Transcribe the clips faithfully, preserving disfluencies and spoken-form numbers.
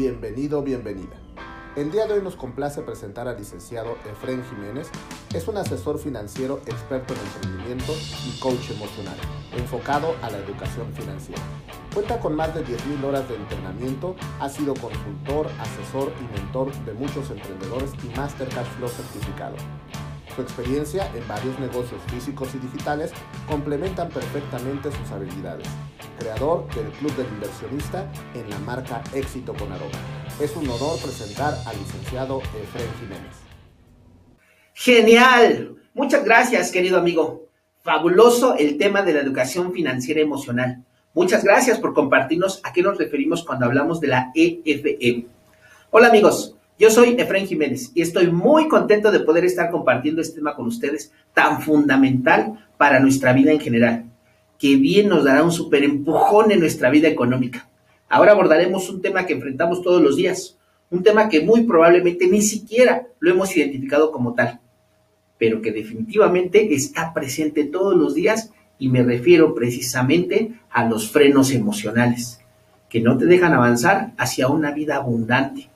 bienvenido, bienvenida. El día de hoy nos complace presentar al licenciado Efraín Jiménez. Es un asesor financiero experto en emprendimiento y coach emocional, enfocado a la educación financiera. Cuenta con más de diez mil horas de entrenamiento, ha sido consultor, asesor y mentor de muchos emprendedores y Master Cash Flow certificado. Su experiencia en varios negocios físicos y digitales complementan perfectamente sus habilidades. Creador del Club del Inversionista en la marca Éxito con Aroma. Es un honor presentar al licenciado Efraín Jiménez. ¡Genial! Muchas gracias, querido amigo. Fabuloso el tema de la educación financiera emocional. Muchas gracias por compartirnos a qué nos referimos cuando hablamos de la E F E. Hola amigos, yo soy Efraín Jiménez y estoy muy contento de poder estar compartiendo este tema con ustedes tan fundamental para nuestra vida en general, que bien nos dará un súper empujón en nuestra vida económica. Ahora abordaremos un tema que enfrentamos todos los días, un tema que muy probablemente ni siquiera lo hemos identificado como tal, pero que definitivamente está presente todos los días y me refiero precisamente a los frenos emocionales, que no te dejan avanzar hacia una vida abundante.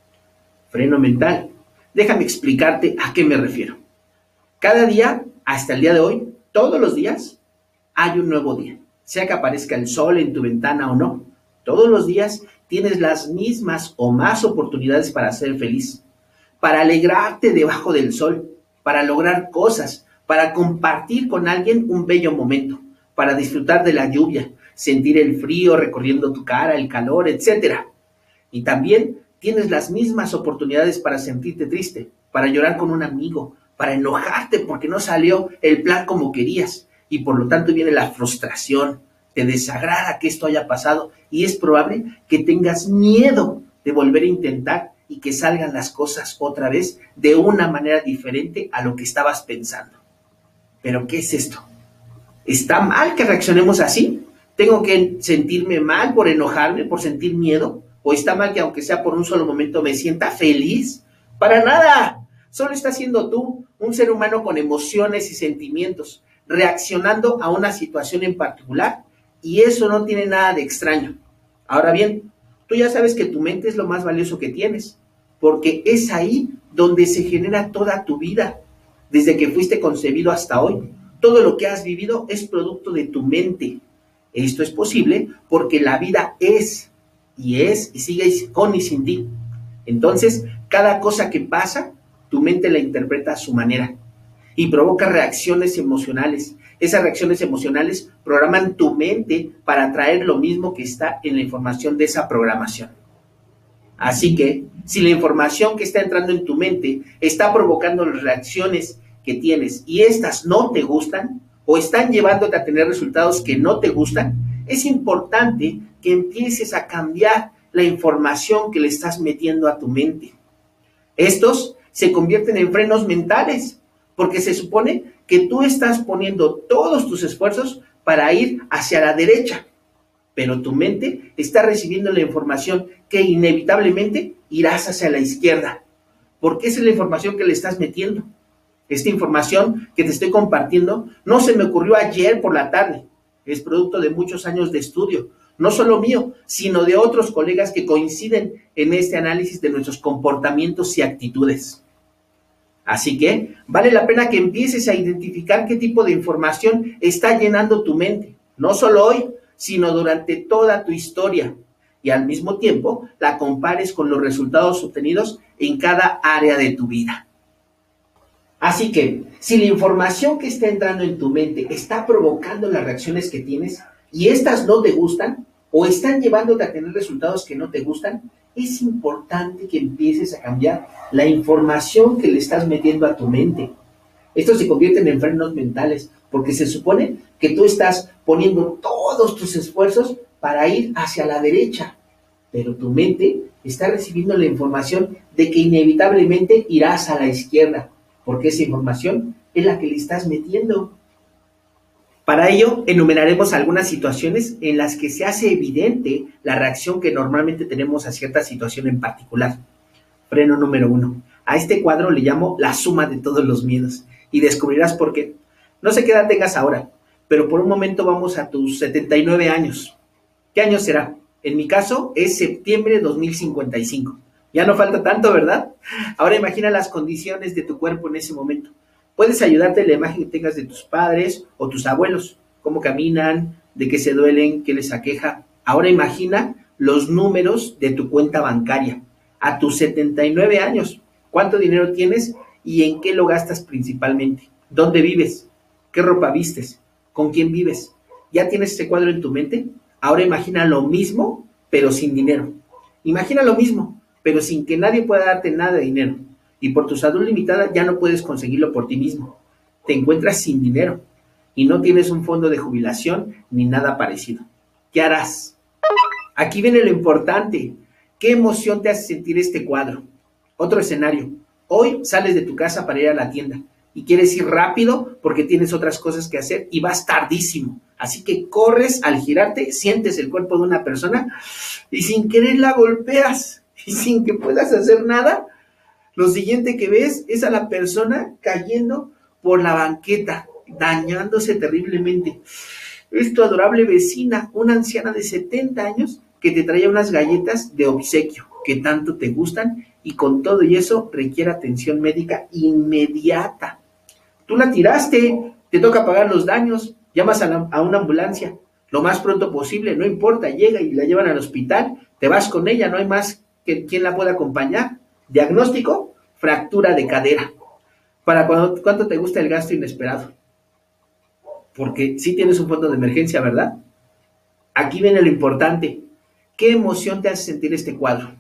Freno mental. Déjame explicarte a qué me refiero. Cada día, hasta el día de hoy, todos los días, hay un nuevo día. Sea que aparezca el sol en tu ventana o no, todos los días tienes las mismas o más oportunidades para ser feliz, para alegrarte debajo del sol, para lograr cosas, para compartir con alguien un bello momento, para disfrutar de la lluvia, sentir el frío recorriendo tu cara, el calor, etcétera. Y también tienes las mismas oportunidades para sentirte triste, para llorar con un amigo, para enojarte porque no salió el plan como querías y por lo tanto viene la frustración, te desagrada que esto haya pasado y es probable que tengas miedo de volver a intentar y que salgan las cosas otra vez de una manera diferente a lo que estabas pensando. ¿Pero qué es esto? ¿Está mal que reaccionemos así? ¿Tengo que sentirme mal por enojarme, por sentir miedo? ¿O está mal que aunque sea por un solo momento me sienta feliz? ¡Para nada! Solo estás siendo tú, un ser humano con emociones y sentimientos, reaccionando a una situación en particular, y eso no tiene nada de extraño. Ahora bien, tú ya sabes que tu mente es lo más valioso que tienes, porque es ahí donde se genera toda tu vida, desde que fuiste concebido hasta hoy. Todo lo que has vivido es producto de tu mente. Esto es posible porque la vida es, y es, y sigue con y sin ti. Entonces, cada cosa que pasa, tu mente la interpreta a su manera y provoca reacciones emocionales. Esas reacciones emocionales programan tu mente para atraer lo mismo que está en la información de esa programación. Así que, si la información que está entrando en tu mente está provocando las reacciones que tienes y estas no te gustan o están llevándote a tener resultados que no te gustan, es importante que empieces a cambiar la información que le estás metiendo a tu mente. Estos se convierten en frenos mentales, porque se supone que tú estás poniendo todos tus esfuerzos para ir hacia la derecha, pero tu mente está recibiendo la información que inevitablemente irás hacia la izquierda, porque esa es la información que le estás metiendo. Esta información que te estoy compartiendo no se me ocurrió ayer por la tarde, es producto de muchos años de estudio, no solo mío, sino de otros colegas que coinciden en este análisis de nuestros comportamientos y actitudes. Así que vale la pena que empieces a identificar qué tipo de información está llenando tu mente, no solo hoy, sino durante toda tu historia, y al mismo tiempo la compares con los resultados obtenidos en cada área de tu vida. Así que, si la información que está entrando en tu mente está provocando las reacciones que tienes y estas no te gustan o están llevándote a tener resultados que no te gustan, es importante que empieces a cambiar la información que le estás metiendo a tu mente. Estos se convierten en frenos mentales porque se supone que tú estás poniendo todos tus esfuerzos para ir hacia la derecha, pero tu mente está recibiendo la información de que inevitablemente irás a la izquierda, porque esa información es la que le estás metiendo. Para ello, enumeraremos algunas situaciones en las que se hace evidente la reacción que normalmente tenemos a cierta situación en particular. Freno número uno. A este cuadro le llamo la suma de todos los miedos y descubrirás por qué. No sé qué edad tengas ahora, pero por un momento vamos a tus setenta y nueve años. ¿Qué año será? En mi caso es septiembre de dos mil cincuenta y cinco. Ya no falta tanto, ¿verdad? Ahora imagina las condiciones de tu cuerpo en ese momento. Puedes ayudarte en la imagen que tengas de tus padres o tus abuelos, cómo caminan, de qué se duelen, qué les aqueja. Ahora imagina los números de tu cuenta bancaria a tus setenta y nueve años. ¿Cuánto dinero tienes y en qué lo gastas principalmente? ¿Dónde vives? ¿Qué ropa vistes? ¿Con quién vives? ¿Ya tienes ese cuadro en tu mente? Ahora imagina lo mismo, pero sin dinero. Imagina lo mismo, pero sin que nadie pueda darte nada de dinero. Y por tu salud limitada ya no puedes conseguirlo por ti mismo. Te encuentras sin dinero y no tienes un fondo de jubilación ni nada parecido. ¿Qué harás? Aquí viene lo importante. ¿Qué emoción te hace sentir este cuadro? Otro escenario. Hoy sales de tu casa para ir a la tienda y quieres ir rápido porque tienes otras cosas que hacer y vas tardísimo. Así que corres, al girarte, sientes el cuerpo de una persona y sin querer la golpeas y sin que puedas hacer nada. Lo siguiente que ves es a la persona cayendo por la banqueta, dañándose terriblemente. Es tu adorable vecina, una anciana de setenta años que te traía unas galletas de obsequio que tanto te gustan y con todo y eso requiere atención médica inmediata. Tú la tiraste, te toca pagar los daños, llamas a, la, a una ambulancia lo más pronto posible, no importa, llega y la llevan al hospital, te vas con ella, no hay más que quien la pueda acompañar. Diagnóstico, fractura de cadera. ¿Para cuando, cuánto te gusta el gasto inesperado? Porque sí tienes un fondo de emergencia, ¿verdad? Aquí viene lo importante. ¿Qué emoción te hace sentir este cuadro?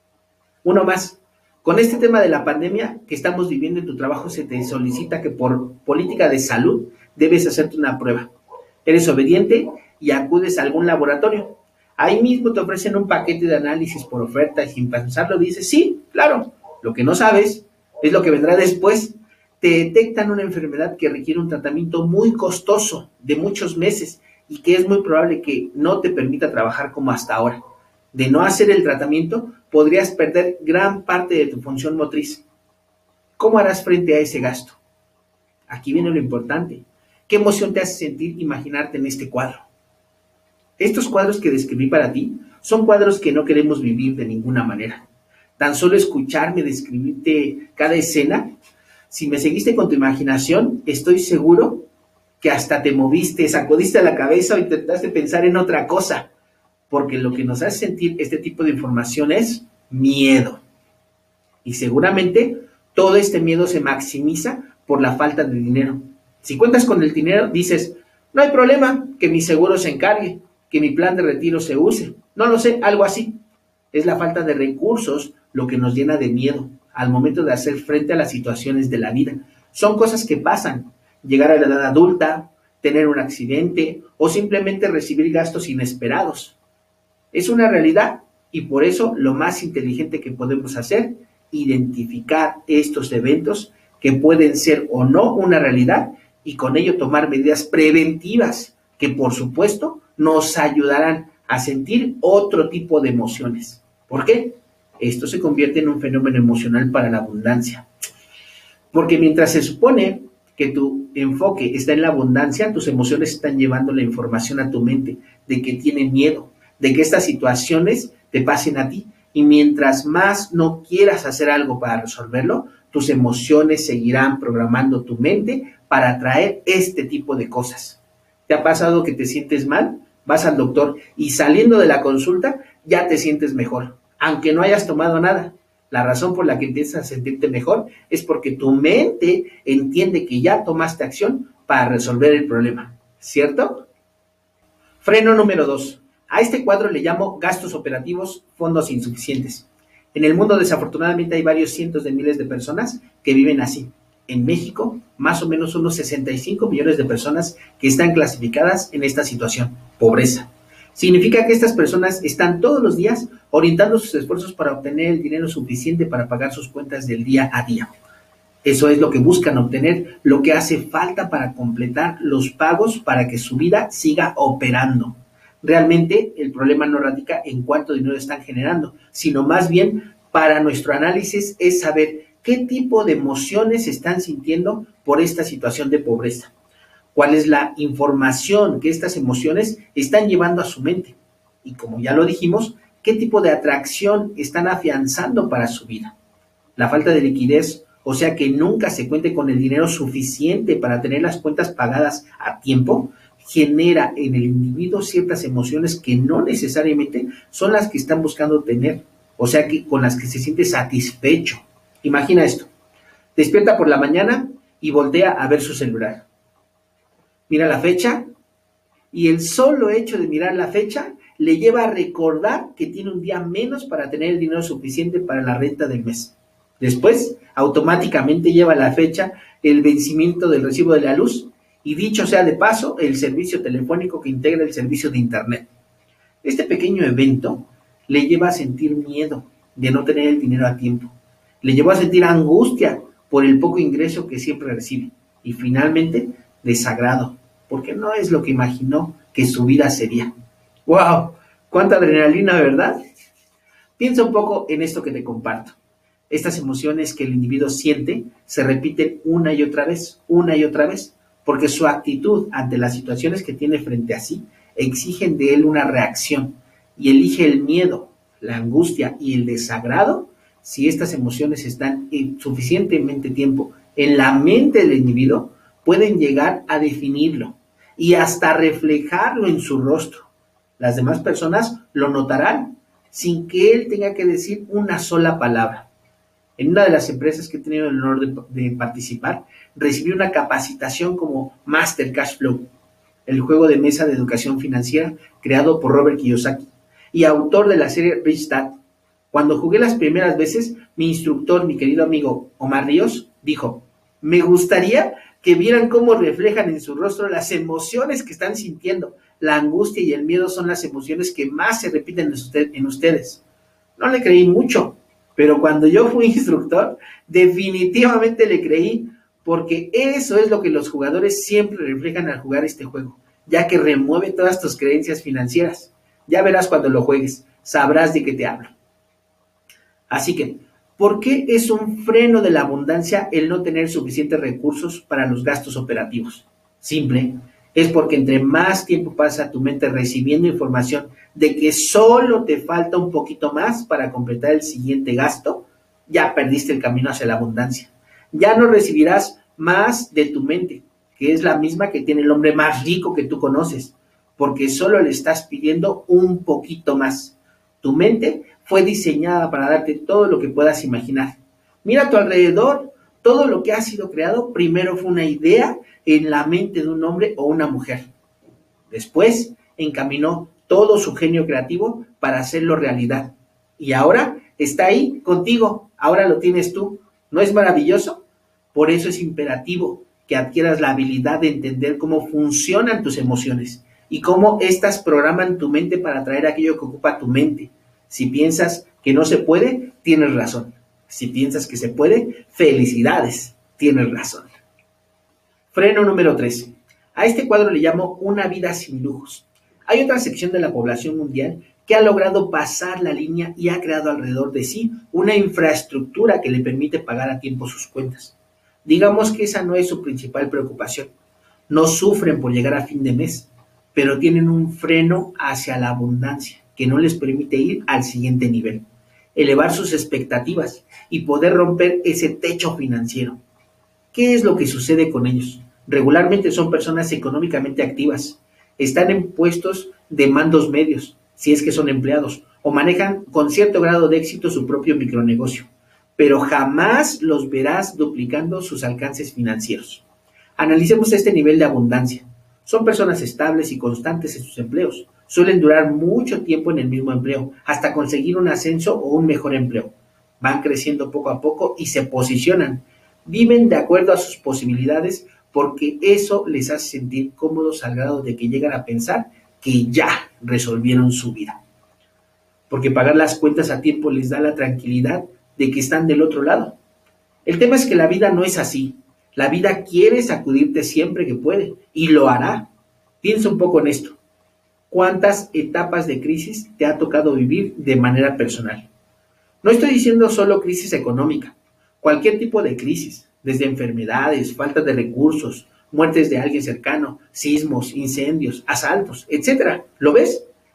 Uno más. Con este tema de la pandemia que estamos viviendo en tu trabajo, se te solicita que por política de salud debes hacerte una prueba. Eres obediente y acudes a algún laboratorio. Ahí mismo te ofrecen un paquete de análisis por oferta y sin pensarlo dices, sí, claro. Lo que no sabes es lo que vendrá después. Te detectan una enfermedad que requiere un tratamiento muy costoso de muchos meses y que es muy probable que no te permita trabajar como hasta ahora. De no hacer el tratamiento, podrías perder gran parte de tu función motriz. ¿Cómo harás frente a ese gasto? Aquí viene lo importante. ¿Qué emoción te hace sentir imaginarte en este cuadro? Estos cuadros que describí para ti son cuadros que no queremos vivir de ninguna manera. Tan solo escucharme describirte cada escena, si me seguiste con tu imaginación, estoy seguro que hasta te moviste, sacudiste la cabeza o intentaste pensar en otra cosa, porque lo que nos hace sentir este tipo de información es miedo. Y seguramente todo este miedo se maximiza por la falta de dinero. Si cuentas con el dinero, dices, no hay problema, que mi seguro se encargue, que mi plan de retiro se use. No lo sé, algo así. Es la falta de recursos lo que nos llena de miedo al momento de hacer frente a las situaciones de la vida. Son cosas que pasan. Llegar a la edad adulta, tener un accidente o simplemente recibir gastos inesperados. Es una realidad y por eso lo más inteligente que podemos hacer, identificar estos eventos que pueden ser o no una realidad y con ello tomar medidas preventivas que por supuesto nos ayudarán a sentir otro tipo de emociones. ¿Por qué? Esto se convierte en un fenómeno emocional para la abundancia. Porque mientras se supone que tu enfoque está en la abundancia, tus emociones están llevando la información a tu mente de que tiene miedo, de que estas situaciones te pasen a ti. Y mientras más no quieras hacer algo para resolverlo, tus emociones seguirán programando tu mente para atraer este tipo de cosas. ¿Te ha pasado que te sientes mal? Vas al doctor y saliendo de la consulta ya te sientes mejor, aunque no hayas tomado nada. La razón por la que empiezas a sentirte mejor es porque tu mente entiende que ya tomaste acción para resolver el problema, ¿cierto? Freno número dos. A este cuadro le llamo gastos operativos, fondos insuficientes. En el mundo desafortunadamente hay varios cientos de miles de personas que viven así. En México, más o menos unos sesenta y cinco millones de personas que están clasificadas en esta situación, pobreza. Significa que estas personas están todos los días orientando sus esfuerzos para obtener el dinero suficiente para pagar sus cuentas del día a día. Eso es lo que buscan obtener, lo que hace falta para completar los pagos para que su vida siga operando. Realmente el problema no radica en cuánto dinero están generando, sino más bien para nuestro análisis es saber qué tipo de emociones están sintiendo por esta situación de pobreza. ¿Cuál es la información que estas emociones están llevando a su mente? Y como ya lo dijimos, ¿qué tipo de atracción están afianzando para su vida? La falta de liquidez, o sea que nunca se cuente con el dinero suficiente para tener las cuentas pagadas a tiempo, genera en el individuo ciertas emociones que no necesariamente son las que están buscando tener, o sea que con las que se siente satisfecho. Imagina esto, despierta por la mañana y voltea a ver su celular. Mira la fecha y el solo hecho de mirar la fecha le lleva a recordar que tiene un día menos para tener el dinero suficiente para la renta del mes. Después, automáticamente lleva la fecha el vencimiento del recibo de la luz y, dicho sea de paso, el servicio telefónico que integra el servicio de Internet. Este pequeño evento le lleva a sentir miedo de no tener el dinero a tiempo. Le llevó a sentir angustia por el poco ingreso que siempre recibe. Y finalmente, desagrado, porque no es lo que imaginó que su vida sería. ¡Wow! ¡Cuánta adrenalina!, ¿verdad? Piensa un poco en esto que te comparto. Estas emociones que el individuo siente se repiten una y otra vez, una y otra vez, porque su actitud ante las situaciones que tiene frente a sí exigen de él una reacción y elige el miedo, la angustia y el desagrado si estas emociones están en suficientemente tiempo en la mente del individuo, pueden llegar a definirlo y hasta reflejarlo en su rostro. Las demás personas lo notarán sin que él tenga que decir una sola palabra. En una de las empresas que he tenido el honor de, de participar, recibí una capacitación como Master Cash Flow, el juego de mesa de educación financiera creado por Robert Kiyosaki y autor de la serie Rich Dad. Cuando jugué las primeras veces, mi instructor, mi querido amigo Omar Ríos, dijo: me gustaría que vieran cómo reflejan en su rostro las emociones que están sintiendo. La angustia y el miedo son las emociones que más se repiten en, usted, en ustedes. No le creí mucho, pero cuando yo fui instructor, definitivamente le creí, porque eso es lo que los jugadores siempre reflejan al jugar este juego, ya que remueve todas tus creencias financieras. Ya verás cuando lo juegues, sabrás de qué te hablo. Así que, ¿por qué es un freno de la abundancia el no tener suficientes recursos para los gastos operativos? Simple, es porque entre más tiempo pasa tu mente recibiendo información de que solo te falta un poquito más para completar el siguiente gasto, ya perdiste el camino hacia la abundancia. Ya no recibirás más de tu mente, que es la misma que tiene el hombre más rico que tú conoces, porque solo le estás pidiendo un poquito más. Tu mente fue diseñada para darte todo lo que puedas imaginar. Mira a tu alrededor, todo lo que ha sido creado primero fue una idea en la mente de un hombre o una mujer. Después encaminó todo su genio creativo para hacerlo realidad. Y ahora está ahí contigo, ahora lo tienes tú. ¿No es maravilloso? Por eso es imperativo que adquieras la habilidad de entender cómo funcionan tus emociones y cómo éstas programan tu mente para atraer aquello que ocupa tu mente. Si piensas que no se puede, tienes razón. Si piensas que se puede, felicidades, tienes razón. Freno número tres. A este cuadro le llamo una vida sin lujos. Hay otra sección de la población mundial que ha logrado pasar la línea y ha creado alrededor de sí una infraestructura que le permite pagar a tiempo sus cuentas. Digamos que esa no es su principal preocupación. No sufren por llegar a fin de mes, pero tienen un freno hacia la abundancia que no les permite ir al siguiente nivel, elevar sus expectativas y poder romper ese techo financiero. ¿Qué es lo que sucede con ellos? Regularmente son personas económicamente activas, están en puestos de mandos medios, si es que son empleados, o manejan con cierto grado de éxito su propio micronegocio, pero jamás los verás duplicando sus alcances financieros. Analicemos este nivel de abundancia. Son personas estables y constantes en sus empleos. Suelen durar mucho tiempo en el mismo empleo, hasta conseguir un ascenso o un mejor empleo. Van creciendo poco a poco y se posicionan. Viven de acuerdo a sus posibilidades porque eso les hace sentir cómodos al grado de que llegan a pensar que ya resolvieron su vida. Porque pagar las cuentas a tiempo les da la tranquilidad de que están del otro lado. El tema es que la vida no es así. La vida quiere sacudirte siempre que puede y lo hará. Piensa un poco en esto. ¿Cuántas etapas de crisis te ha tocado vivir de manera personal? No estoy diciendo solo crisis económica, cualquier tipo de crisis, desde enfermedades, falta de recursos, muertes de alguien cercano, sismos, incendios, asaltos, etcétera. ¿Lo ves?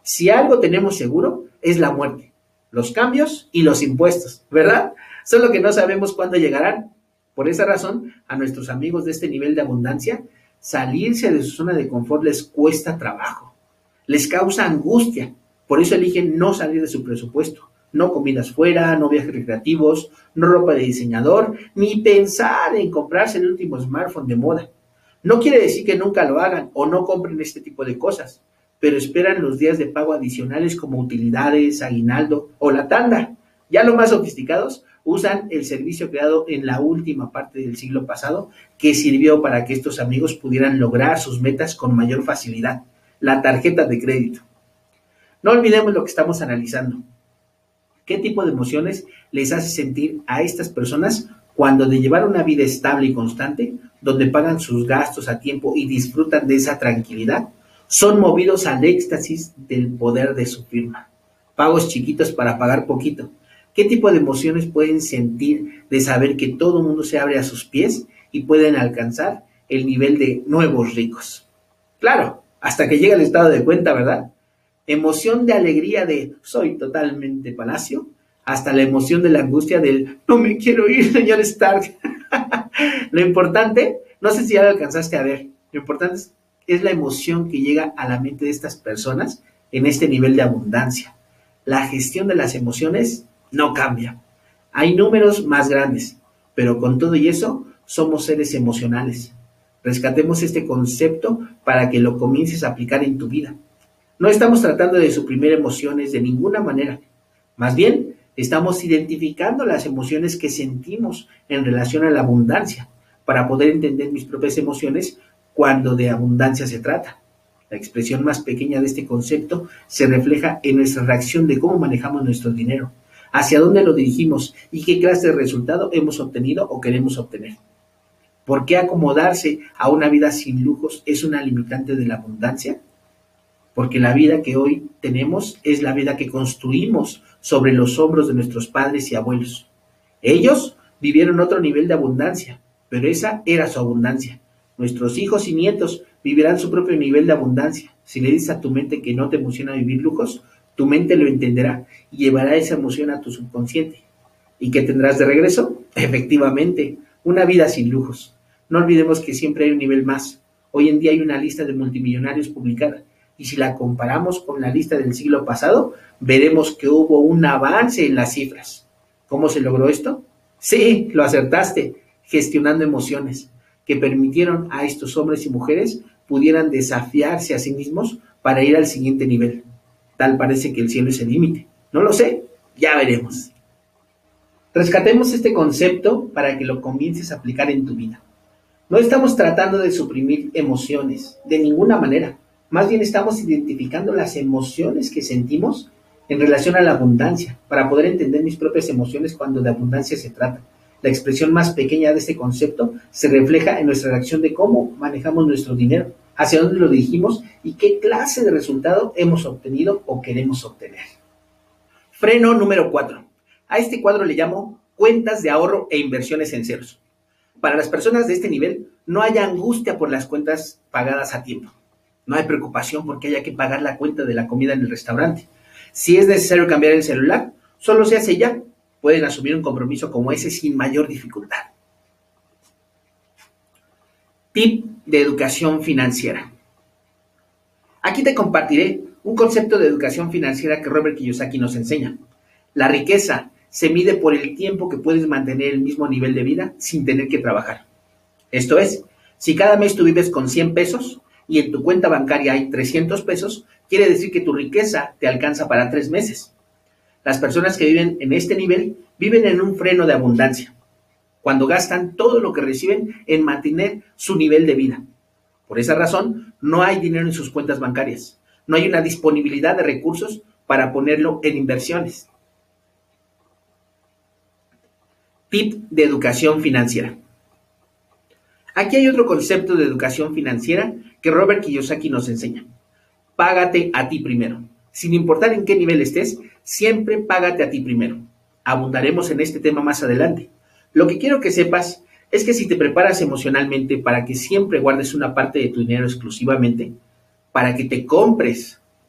Si algo tenemos seguro, es la muerte, los cambios y los impuestos, ¿verdad? Solo que no sabemos cuándo llegarán. Por esa razón, a nuestros amigos de este nivel de abundancia, salirse de su zona de confort les cuesta trabajo, les causa angustia. Por eso eligen no salir de su presupuesto. No comidas fuera, no viajes recreativos, no ropa de diseñador, ni pensar en comprarse el último smartphone de moda. No quiere decir que nunca lo hagan o no compren este tipo de cosas, pero esperan los días de pago adicionales como utilidades, aguinaldo o la tanda. Ya los más sofisticados usan el servicio creado en la última parte del siglo pasado que sirvió para que estos amigos pudieran lograr sus metas con mayor facilidad, la tarjeta de crédito. No olvidemos lo que estamos analizando. ¿Qué tipo de emociones les hace sentir a estas personas cuando de llevar una vida estable y constante, donde pagan sus gastos a tiempo y disfrutan de esa tranquilidad, son movidos al éxtasis del poder de su firma? Pagos chiquitos para pagar poquito. ¿Qué tipo de emociones pueden sentir de saber que todo el mundo se abre a sus pies y pueden alcanzar el nivel de nuevos ricos? Claro, hasta que llega el estado de cuenta, ¿verdad? Emoción de alegría de soy totalmente palacio, hasta la emoción de la angustia del no me quiero ir, señor Stark. Lo importante, no sé si ya lo alcanzaste a ver, lo importante es, es la emoción que llega a la mente de estas personas en este nivel de abundancia. La gestión de las emociones no cambia. Hay números más grandes, pero con todo y eso, somos seres emocionales. Rescatemos este concepto para que lo comiences a aplicar en tu vida. No estamos tratando de suprimir emociones de ninguna manera. Más bien, estamos identificando las emociones que sentimos en relación a la abundancia para poder entender mis propias emociones cuando de abundancia se trata. La expresión más pequeña de este concepto se refleja en nuestra reacción de cómo manejamos nuestro dinero, hacia dónde lo dirigimos y qué clase de resultado hemos obtenido o queremos obtener. ¿Por qué acomodarse a una vida sin lujos es una limitante de la abundancia? Porque la vida que hoy tenemos es la vida que construimos sobre los hombros de nuestros padres y abuelos. Ellos vivieron otro nivel de abundancia, pero esa era su abundancia. Nuestros hijos y nietos vivirán su propio nivel de abundancia. Si le dices a tu mente que no te emociona vivir lujos, tu mente lo entenderá y llevará esa emoción a tu subconsciente. ¿Y qué tendrás de regreso? Efectivamente, una vida sin lujos. No olvidemos que siempre hay un nivel más. Hoy en día hay una lista de multimillonarios publicada. Y si la comparamos con la lista del siglo pasado, veremos que hubo un avance en las cifras. ¿Cómo se logró esto? Sí, lo acertaste, gestionando emociones, que permitieron a estos hombres y mujeres pudieran desafiarse a sí mismos para ir al siguiente nivel. Tal parece que el cielo es el límite. No lo sé, ya veremos. Rescatemos este concepto para que lo comiences a aplicar en tu vida. No estamos tratando de suprimir emociones, de ninguna manera. Más bien estamos identificando las emociones que sentimos en relación a la abundancia, para poder entender mis propias emociones cuando de abundancia se trata. La expresión más pequeña de este concepto se refleja en nuestra reacción de cómo manejamos nuestro dinero, hacia dónde lo dirigimos y qué clase de resultado hemos obtenido o queremos obtener. Freno número cuatro. A este cuadro le llamo cuentas de ahorro e inversiones en ceros. Para las personas de este nivel, no hay angustia por las cuentas pagadas a tiempo. No hay preocupación porque haya que pagar la cuenta de la comida en el restaurante. Si es necesario cambiar el celular, solo se hace ya. Pueden asumir un compromiso como ese sin mayor dificultad. Tip de educación financiera. Aquí te compartiré un concepto de educación financiera que Robert Kiyosaki nos enseña. La riqueza se mide por el tiempo que puedes mantener el mismo nivel de vida sin tener que trabajar. Esto es, si cada mes tú vives con cien pesos y en tu cuenta bancaria hay trescientos pesos, quiere decir que tu riqueza te alcanza para tres meses. Las personas que viven en este nivel viven en un freno de abundancia, cuando gastan todo lo que reciben en mantener su nivel de vida. Por esa razón, no hay dinero en sus cuentas bancarias. No hay una disponibilidad de recursos para ponerlo en inversiones. Tip de educación financiera. Aquí hay otro concepto de educación financiera que Robert Kiyosaki nos enseña. Págate a ti primero. Sin importar en qué nivel estés, siempre págate a ti primero. Abundaremos en este tema más adelante. Lo que quiero que sepas es que si te preparas emocionalmente para que siempre guardes una parte de tu dinero exclusivamente, para que te compres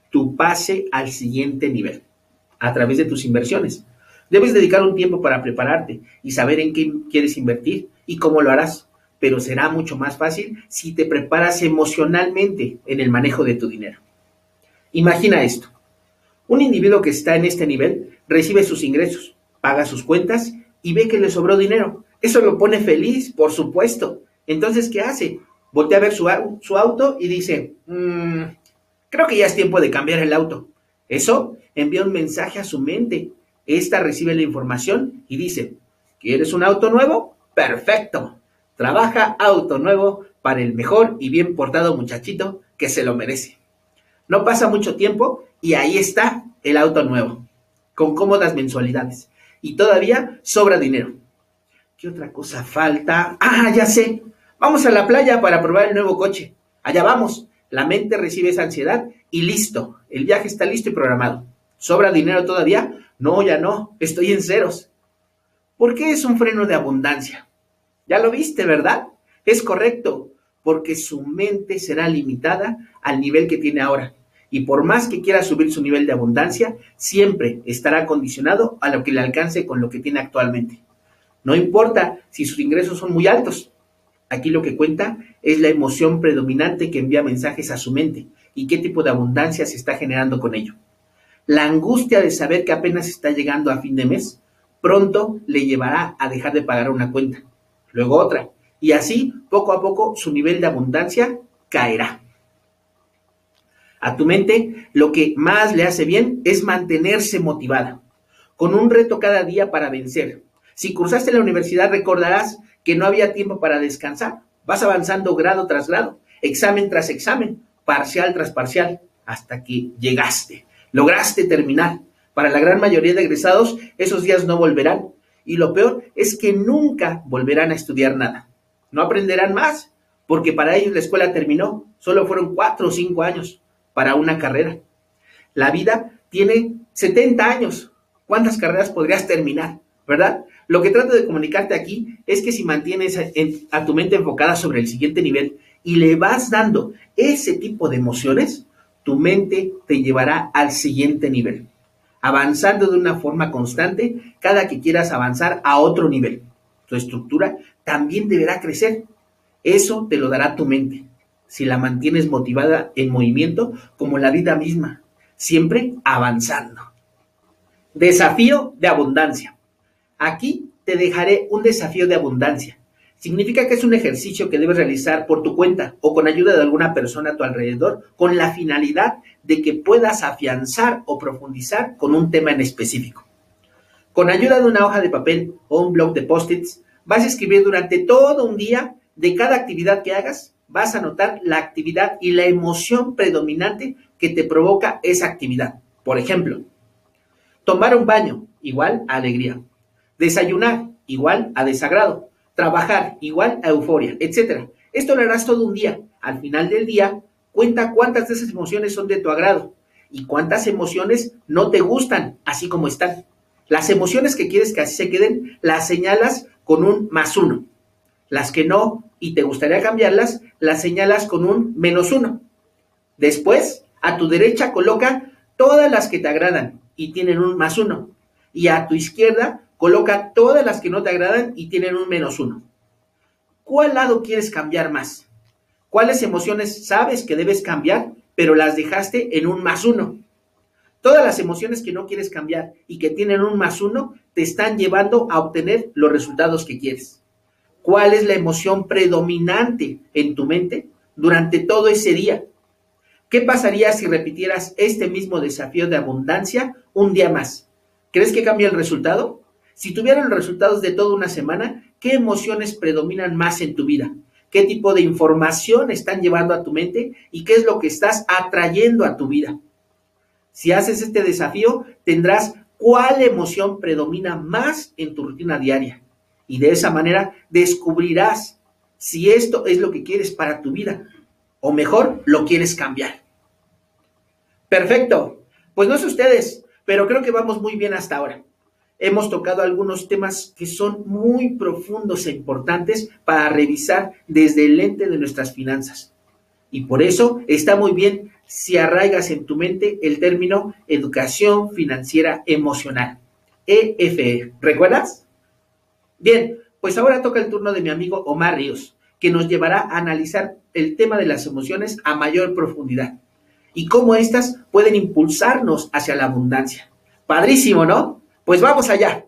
tu pase al siguiente nivel a través de tus inversiones. Debes dedicar un tiempo para prepararte y saber en qué quieres invertir y cómo lo harás, pero será mucho más fácil si te preparas emocionalmente en el manejo de tu dinero. Imagina esto. Un individuo que está en este nivel recibe sus ingresos, paga sus cuentas y ve que le sobró dinero. Eso lo pone feliz, por supuesto. Entonces, ¿qué hace? Voltea a ver su, su auto y dice, mmm, creo que ya es tiempo de cambiar el auto. Eso envía un mensaje a su mente. Esta recibe la información y dice, ¿quieres un auto nuevo? ¡Perfecto! Trabaja auto nuevo para el mejor y bien portado muchachito que se lo merece. No pasa mucho tiempo y ahí está el auto nuevo, con cómodas mensualidades. Y todavía sobra dinero. ¿Qué otra cosa falta? ¡Ah, ya sé! Vamos a la playa para probar el nuevo coche. Allá vamos. La mente recibe esa ansiedad y listo. El viaje está listo y programado. ¿Sobra dinero todavía? No, ya no. Estoy en ceros. ¿Por qué es un freno de abundancia? Ya lo viste, ¿verdad? Es correcto, porque su mente será limitada al nivel que tiene ahora. Y por más que quiera subir su nivel de abundancia, siempre estará condicionado a lo que le alcance con lo que tiene actualmente. No importa si sus ingresos son muy altos. Aquí lo que cuenta es la emoción predominante que envía mensajes a su mente y qué tipo de abundancia se está generando con ello. La angustia de saber que apenas está llegando a fin de mes, pronto le llevará a dejar de pagar una cuenta, luego otra, y así, poco a poco, su nivel de abundancia caerá. A tu mente, lo que más le hace bien es mantenerse motivada, con un reto cada día para vencer. Si cursaste la universidad, recordarás que no había tiempo para descansar. Vas avanzando grado tras grado, examen tras examen, parcial tras parcial, hasta que llegaste. Lograste terminar. Para la gran mayoría de egresados, esos días no volverán. Y lo peor es que nunca volverán a estudiar nada. No aprenderán más, porque para ellos la escuela terminó. Solo fueron cuatro o cinco años para una carrera. La vida tiene setenta años. ¿Cuántas carreras podrías terminar? ¿Verdad? Lo que trato de comunicarte aquí es que si mantienes a tu mente enfocada sobre el siguiente nivel y le vas dando ese tipo de emociones, tu mente te llevará al siguiente nivel, avanzando de una forma constante cada que quieras avanzar a otro nivel. Tu estructura también deberá crecer. Eso te lo dará tu mente, si la mantienes motivada en movimiento como la vida misma, siempre avanzando. Desafío de abundancia. Aquí te dejaré un desafío de abundancia. Significa que es un ejercicio que debes realizar por tu cuenta o con ayuda de alguna persona a tu alrededor con la finalidad de que puedas afianzar o profundizar con un tema en específico. Con ayuda de una hoja de papel o un bloc de post-its, vas a escribir durante todo un día de cada actividad que hagas, vas a notar la actividad y la emoción predominante que te provoca esa actividad. Por ejemplo, tomar un baño, igual a alegría. Desayunar, igual a desagrado. Trabajar, igual a euforia, etcétera. Esto lo harás todo un día. Al final del día, cuenta cuántas de esas emociones son de tu agrado y cuántas emociones no te gustan, así como están. Las emociones que quieres que así se queden, las señalas con un más uno. Las que no y te gustaría cambiarlas, las señalas con un menos uno. Después, a tu derecha coloca todas las que te agradan y tienen un más uno. Y a tu izquierda coloca todas las que no te agradan y tienen un menos uno. ¿Cuál lado quieres cambiar más? ¿Cuáles emociones sabes que debes cambiar, pero las dejaste en un más uno? Todas las emociones que no quieres cambiar y que tienen un más uno te están llevando a obtener los resultados que quieres. ¿Cuál es la emoción predominante en tu mente durante todo ese día? ¿Qué pasaría si repitieras este mismo desafío de abundancia un día más? ¿Crees que cambia el resultado? Si tuvieran los resultados de toda una semana, ¿qué emociones predominan más en tu vida? ¿Qué tipo de información están llevando a tu mente? ¿Y qué es lo que estás atrayendo a tu vida? Si haces este desafío, tendrás cuál emoción predomina más en tu rutina diaria. Y de esa manera descubrirás si esto es lo que quieres para tu vida. O mejor, lo quieres cambiar. Perfecto. Pues no sé ustedes, pero creo que vamos muy bien hasta ahora. Hemos tocado algunos temas que son muy profundos e importantes para revisar desde el lente de nuestras finanzas. Y por eso está muy bien si arraigas en tu mente el término educación financiera emocional, E F E. ¿Recuerdas? Bien, pues ahora toca el turno de mi amigo Omar Ríos, que nos llevará a analizar el tema de las emociones a mayor profundidad y cómo éstas pueden impulsarnos hacia la abundancia. Padrísimo, ¿no? Pues vamos allá.